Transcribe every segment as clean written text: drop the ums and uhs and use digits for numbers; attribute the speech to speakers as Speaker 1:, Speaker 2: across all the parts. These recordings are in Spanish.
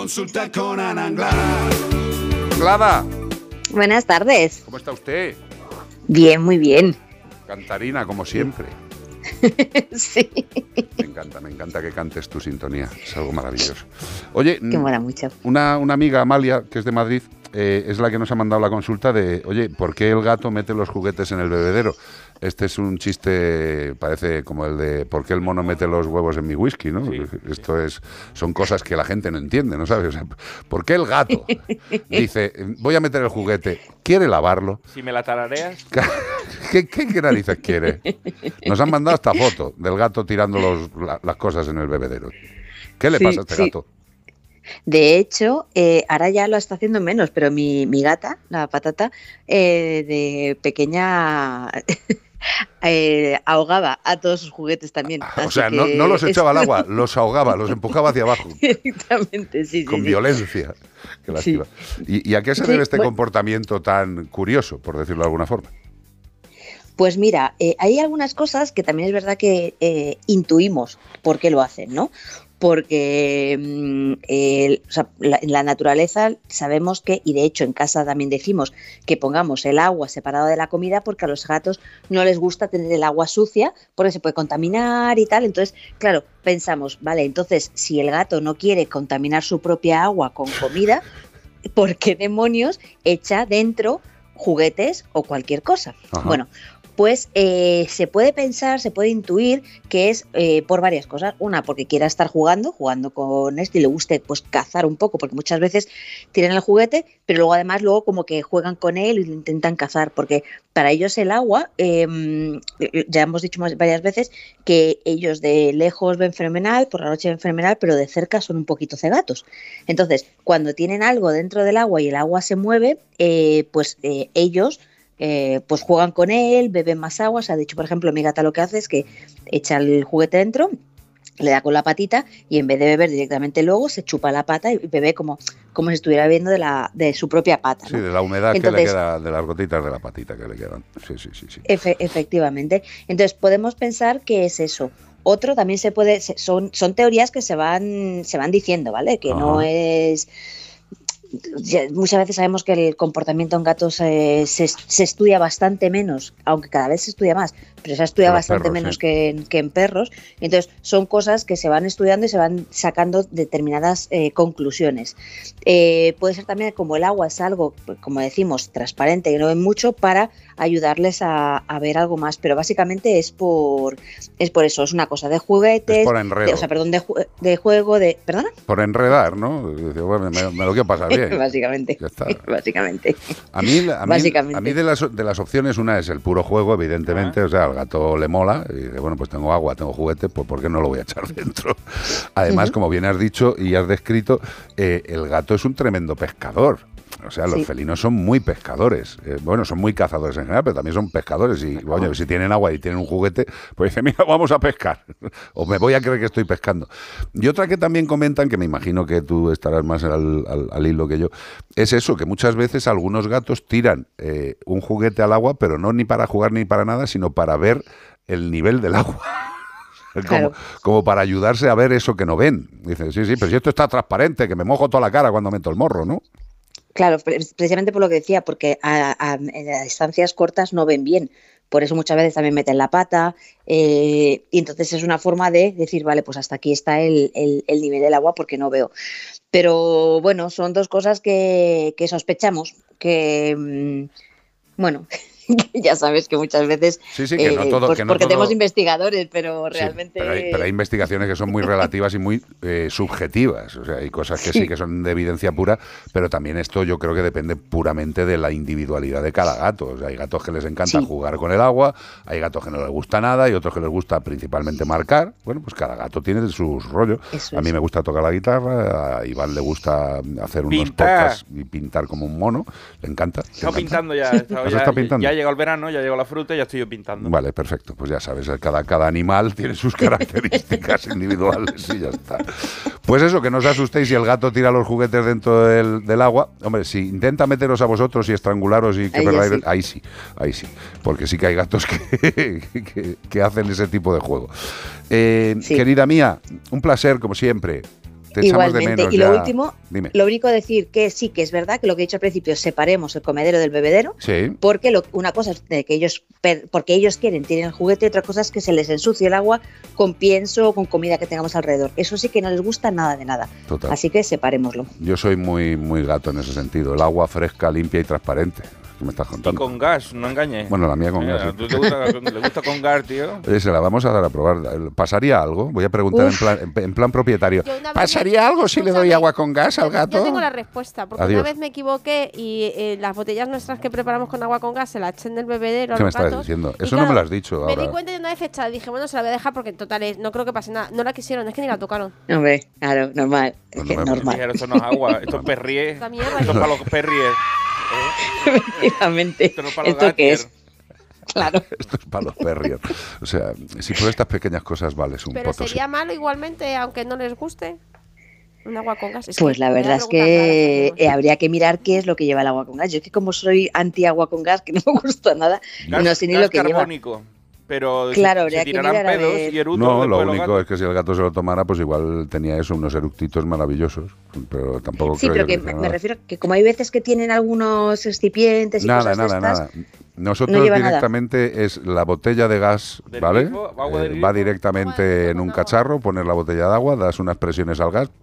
Speaker 1: Consulta con Ana Anglada.
Speaker 2: Anglada.
Speaker 3: Buenas tardes.
Speaker 2: ¿Cómo está usted?
Speaker 3: Bien, muy bien.
Speaker 2: Cantarina, como siempre.
Speaker 3: Sí.
Speaker 2: Me encanta que cantes tu sintonía. Es algo maravilloso. Oye,
Speaker 3: Que mola mucho.
Speaker 2: Una amiga, Amalia, que es de Madrid, es la que nos ha mandado la consulta de, oye, ¿por qué el gato mete los juguetes en el bebedero? Este es un chiste, parece como el de ¿por qué el mono mete los huevos en mi whisky? ¿No? Sí, esto son cosas que la gente no entiende, ¿no sabes? O sea, ¿por qué el gato dice, voy a meter el juguete, quiere lavarlo?
Speaker 4: Si me la tarareas.
Speaker 2: ¿Qué narices quiere? Nos han mandado esta foto del gato tirando las cosas en el bebedero. ¿Qué le pasa a este gato?
Speaker 3: De hecho, ahora ya lo está haciendo menos, pero mi gata, la Patata, de pequeña ahogaba a todos sus juguetes también.
Speaker 2: O sea, no los echaba al agua, los ahogaba, los empujaba hacia abajo.
Speaker 3: Exactamente, sí.
Speaker 2: Con violencia. Qué lástima. Sí. ¿Y a qué se debe este comportamiento tan curioso, por decirlo de alguna forma?
Speaker 3: Pues mira, hay algunas cosas que también es verdad que intuimos por qué lo hacen, ¿no? Porque en la naturaleza sabemos que, y de hecho en casa también decimos que pongamos el agua separada de la comida porque a los gatos no les gusta tener el agua sucia porque se puede contaminar y tal. Entonces, claro, pensamos, vale, entonces si el gato no quiere contaminar su propia agua con comida, ¿por qué demonios echa dentro juguetes o cualquier cosa? Ajá. Bueno, pues se puede pensar, se puede intuir que es por varias cosas. Una, porque quiera estar jugando con esto y le guste pues cazar un poco, porque muchas veces tiran el juguete, pero luego además como que juegan con él y lo intentan cazar, porque para ellos el agua, ya hemos dicho varias veces que ellos de lejos ven fenomenal, por la noche ven fenomenal, pero de cerca son un poquito cegatos. Entonces, cuando tienen algo dentro del agua y el agua se mueve, ellos pues juegan con él, beben más agua. O sea, de hecho, por ejemplo, mi gata lo que hace es que echa el juguete dentro, le da con la patita y en vez de beber directamente luego se chupa la pata y bebe como si estuviera bebiendo de su propia pata, ¿no?
Speaker 2: Sí, de la humedad. Entonces, que le queda, de las gotitas de la patita que le quedan. Sí.
Speaker 3: Efectivamente. Entonces podemos pensar que es eso. Otro también son teorías que se van diciendo, ¿vale? Que no es... Muchas veces sabemos que el comportamiento en gatos se estudia bastante menos, aunque cada vez se estudia más, pero se estudia bastante menos que en perros. Entonces son cosas que se van estudiando y se van sacando determinadas conclusiones. Puede ser también como el agua es algo, como decimos, transparente, que no ven mucho, para ayudarles a ver algo más, pero básicamente es por eso, es una cosa de juguetes,
Speaker 2: es por enredo.
Speaker 3: De juego, ¿perdona?
Speaker 2: Por enredar, ¿no? Bueno, me lo quiero pasar bien.
Speaker 3: Básicamente.
Speaker 2: Ya está.
Speaker 3: Básicamente.
Speaker 2: A mí de las opciones, una es el puro juego, evidentemente. O sea, al gato le mola y dice, bueno, pues tengo agua, tengo juguete, pues ¿por qué no lo voy a echar dentro? Además, como bien has dicho y has descrito, el gato es un tremendo pescador. O sea, los felinos son muy pescadores. Bueno, son muy cazadores en general, pero también son pescadores. Y, bueno, si tienen agua y tienen un juguete, pues dicen, mira, vamos a pescar. O me voy a creer que estoy pescando. Y otra que también comentan, que me imagino que tú estarás más al hilo que yo, es eso, que muchas veces algunos gatos tiran un juguete al agua, pero no ni para jugar ni para nada, sino para ver el nivel del agua. Como para ayudarse a ver eso que no ven. Dicen, sí, pero si esto está transparente, que me mojo toda la cara cuando meto el morro, ¿no?
Speaker 3: Claro, precisamente por lo que decía, porque a distancias cortas no ven bien. Por eso muchas veces también meten la pata y entonces es una forma de decir, vale, pues hasta aquí está el nivel del agua porque no veo. Pero bueno, son dos cosas que sospechamos, que bueno... Ya sabes que muchas veces
Speaker 2: que no todo,
Speaker 3: pues
Speaker 2: que no
Speaker 3: porque
Speaker 2: todo...
Speaker 3: tenemos investigadores, pero realmente...
Speaker 2: Pero hay investigaciones que son muy relativas y muy subjetivas. O sea, hay cosas que sí que son de evidencia pura, pero también esto yo creo que depende puramente de la individualidad de cada gato. O sea, hay gatos que les encanta jugar con el agua, hay gatos que no les gusta nada y otros que les gusta principalmente marcar. Bueno, pues cada gato tiene sus rollos. A mí me gusta tocar la guitarra, a Iván le gusta hacer unos podcasts y pintar como un mono, le encanta.
Speaker 4: Está pintando ya.
Speaker 2: ¿Está pintando?
Speaker 4: Ya llegó el verano, ya llegó la fruta y ya estoy yo pintando.
Speaker 2: Vale, perfecto. Pues ya sabes, cada animal tiene sus características individuales y ya está. Pues eso, que no os asustéis si el gato tira los juguetes dentro del agua. Hombre, si intenta meteros a vosotros y estrangularos y quebrar ahí sí. Porque sí que hay gatos que hacen ese tipo de juego. Querida mía, un placer, como siempre. Te echamos de
Speaker 3: Igualmente.
Speaker 2: menos
Speaker 3: Y
Speaker 2: ya.
Speaker 3: lo último,
Speaker 2: Dime.
Speaker 3: lo único decir que sí que es verdad que lo que he dicho al principio, separemos el comedero del bebedero,
Speaker 2: Sí.
Speaker 3: porque una cosa es de que porque ellos quieren, tienen el juguete, y otra cosa es que se les ensucie el agua con pienso o con comida que tengamos alrededor. Eso sí que no les gusta nada de nada.
Speaker 2: Total.
Speaker 3: Así que separémoslo.
Speaker 2: Yo soy muy, muy gato en ese sentido. El agua fresca, limpia y transparente. ¿Qué me estás
Speaker 4: Y
Speaker 2: contando?
Speaker 4: con gas, no engañes.
Speaker 2: Bueno, la mía con gas.
Speaker 4: ¿Tú le gusta con gas, tío?
Speaker 2: Oye, se la vamos a dar a probar. ¿Pasaría algo? Voy a preguntar en plan propietario.
Speaker 5: Yo una vez
Speaker 2: ¿Pasaría algo si le doy agua con gas al gato?
Speaker 5: Yo tengo la respuesta, porque
Speaker 2: Adiós.
Speaker 5: una vez me equivoqué y las botellas nuestras que preparamos con agua con gas se la eché en el bebedero a
Speaker 2: ¿Qué me
Speaker 5: los
Speaker 2: estás
Speaker 5: gatos.
Speaker 2: diciendo?
Speaker 5: Y
Speaker 2: Eso no me lo has dicho
Speaker 5: Me
Speaker 2: ahora.
Speaker 5: di cuenta de una vez echada y dije, bueno, se la voy a dejar porque en total no creo que pase nada. No la quisieron, es que ni la tocaron.
Speaker 3: Hombre, claro, normal.
Speaker 2: Pues
Speaker 3: Es que
Speaker 2: no me-
Speaker 3: normal.
Speaker 4: Dijeron, esto no es agua, esto es perrier.
Speaker 5: Esta mierda.
Speaker 4: Esto es para los perrier.
Speaker 3: Efectivamente.
Speaker 4: Esto no es para los
Speaker 3: ¿Esto qué
Speaker 4: gaters.
Speaker 3: es? Claro.
Speaker 2: Esto es para los perriers. O sea, si por estas pequeñas cosas vales un
Speaker 5: Pero
Speaker 2: potosí.
Speaker 5: sería malo igualmente, aunque no les guste. Un agua con gas.
Speaker 3: Pues la verdad es que habría que mirar qué es lo que lleva el agua con gas. Yo es que como soy anti agua con gas, que no me gusta nada, no sé ni
Speaker 4: gas
Speaker 3: lo que lleva.
Speaker 4: carbónico. Pero
Speaker 3: Claro,
Speaker 4: se
Speaker 3: habría que
Speaker 4: tirarán
Speaker 3: mirar a
Speaker 4: pedos
Speaker 3: ver.
Speaker 4: y eructos
Speaker 2: No, lo
Speaker 4: después los
Speaker 2: único
Speaker 4: gatos.
Speaker 2: es que si el gato se lo tomara, pues igual tenía eso, unos eructitos maravillosos. Pero tampoco
Speaker 3: Sí,
Speaker 2: creo
Speaker 3: pero
Speaker 2: yo
Speaker 3: que
Speaker 2: sea
Speaker 3: me
Speaker 2: nada.
Speaker 3: refiero que como hay veces que tienen algunos excipientes y
Speaker 2: Nada,
Speaker 3: cosas de
Speaker 2: nada,
Speaker 3: estas,
Speaker 2: nada. Nosotros
Speaker 3: no lleva nada.
Speaker 2: directamente es la botella de gas,
Speaker 4: Del
Speaker 2: ¿vale?
Speaker 4: grifo, agua del
Speaker 2: Va
Speaker 4: grifo.
Speaker 2: directamente en un cacharro, pones la botella de agua, das unas presiones al gas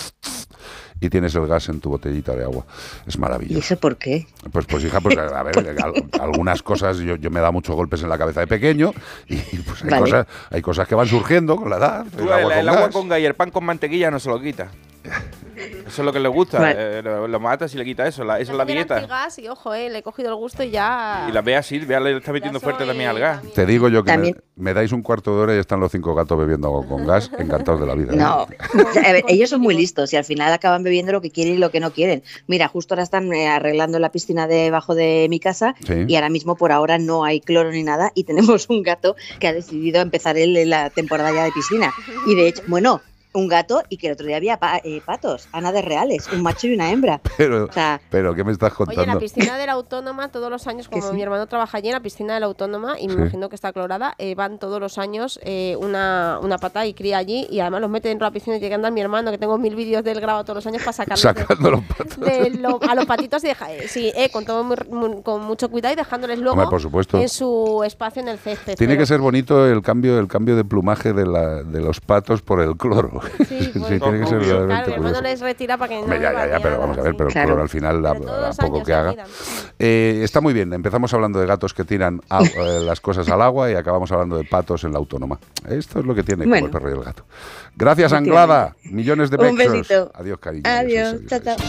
Speaker 2: y tienes el gas en tu botellita de agua. Es
Speaker 3: ¿y
Speaker 2: maravilloso.
Speaker 3: eso por qué?
Speaker 2: Pues hija, pues a ver, algunas cosas yo me da muchos golpes en la cabeza de pequeño y pues
Speaker 3: Vale.
Speaker 2: hay cosas que van surgiendo con la edad.
Speaker 4: Tú,
Speaker 2: El agua
Speaker 4: el
Speaker 2: con
Speaker 4: agua
Speaker 2: gas.
Speaker 4: con gas y el pan con mantequilla no se lo quita. Eso es lo que le gusta.
Speaker 3: Vale.
Speaker 4: Lo mata si le quita eso. Esa es la dieta.
Speaker 5: Gas y ojo, le he cogido el gusto y ya.
Speaker 4: Y la ve así, vea, le está metiendo
Speaker 5: Ya
Speaker 4: fuerte
Speaker 5: soy
Speaker 4: también al gas.
Speaker 5: también.
Speaker 2: Te digo yo que
Speaker 3: También-
Speaker 2: me dais un cuarto de hora y están los 5 gatos bebiendo agua con gas, encantados de la vida. ¿eh?
Speaker 3: No, a ver, ellos son muy listos y al final acaban bebiendo lo que quieren y lo que no quieren. Mira, justo ahora están arreglando la piscina debajo de mi casa
Speaker 2: Sí.
Speaker 3: y ahora mismo por ahora no hay cloro ni nada y tenemos un gato que ha decidido empezar él en la temporada ya de piscina. Y de hecho, bueno, un gato y que el otro día había patos, Ana de Reales, un macho y una hembra.
Speaker 2: Pero,
Speaker 3: O sea,
Speaker 2: pero ¿qué me estás
Speaker 5: Oye, la
Speaker 2: contando?
Speaker 5: piscina de la Autónoma, todos los años, como
Speaker 3: sí.
Speaker 5: mi hermano trabaja allí en la piscina de la Autónoma, y me
Speaker 2: Sí.
Speaker 5: imagino que está clorada, van todos los años una pata y cría allí, y además los mete dentro de la piscina y llega a andar mi hermano, que tengo 1000 vídeos del grabado todos los años para sacarlos
Speaker 2: Sacando los patos.
Speaker 5: a los patitos y con todo con mucho cuidado y dejándoles luego
Speaker 2: Hombre, por supuesto.
Speaker 5: en su espacio en el césped.
Speaker 2: Tiene
Speaker 5: pero-
Speaker 2: que ser bonito el cambio de plumaje de los patos por el cloro.
Speaker 5: Sí, pues,
Speaker 2: tiene que ser
Speaker 4: Claro,
Speaker 2: verdaderamente
Speaker 5: Claro, mi hermano
Speaker 2: curioso.
Speaker 5: les retira para que no
Speaker 2: Hombre, ya,
Speaker 5: beban
Speaker 2: pero
Speaker 5: nada,
Speaker 2: vamos a ver,
Speaker 5: sí.
Speaker 2: pero el
Speaker 3: Claro.
Speaker 2: cloro al final,
Speaker 5: Pero todos
Speaker 2: a
Speaker 5: los
Speaker 2: poco
Speaker 5: años
Speaker 2: que
Speaker 5: se
Speaker 2: haga.
Speaker 5: olvidan.
Speaker 2: Está muy bien, empezamos hablando de gatos que tiran las cosas al agua y acabamos hablando de patos en la Autónoma. Esto es lo que tiene como
Speaker 3: Bueno.
Speaker 2: el perro y el gato. Gracias, Anglada. Millones de
Speaker 3: Un
Speaker 2: besos.
Speaker 3: besito.
Speaker 2: Adiós, cariño.
Speaker 3: Adiós, chao, chao.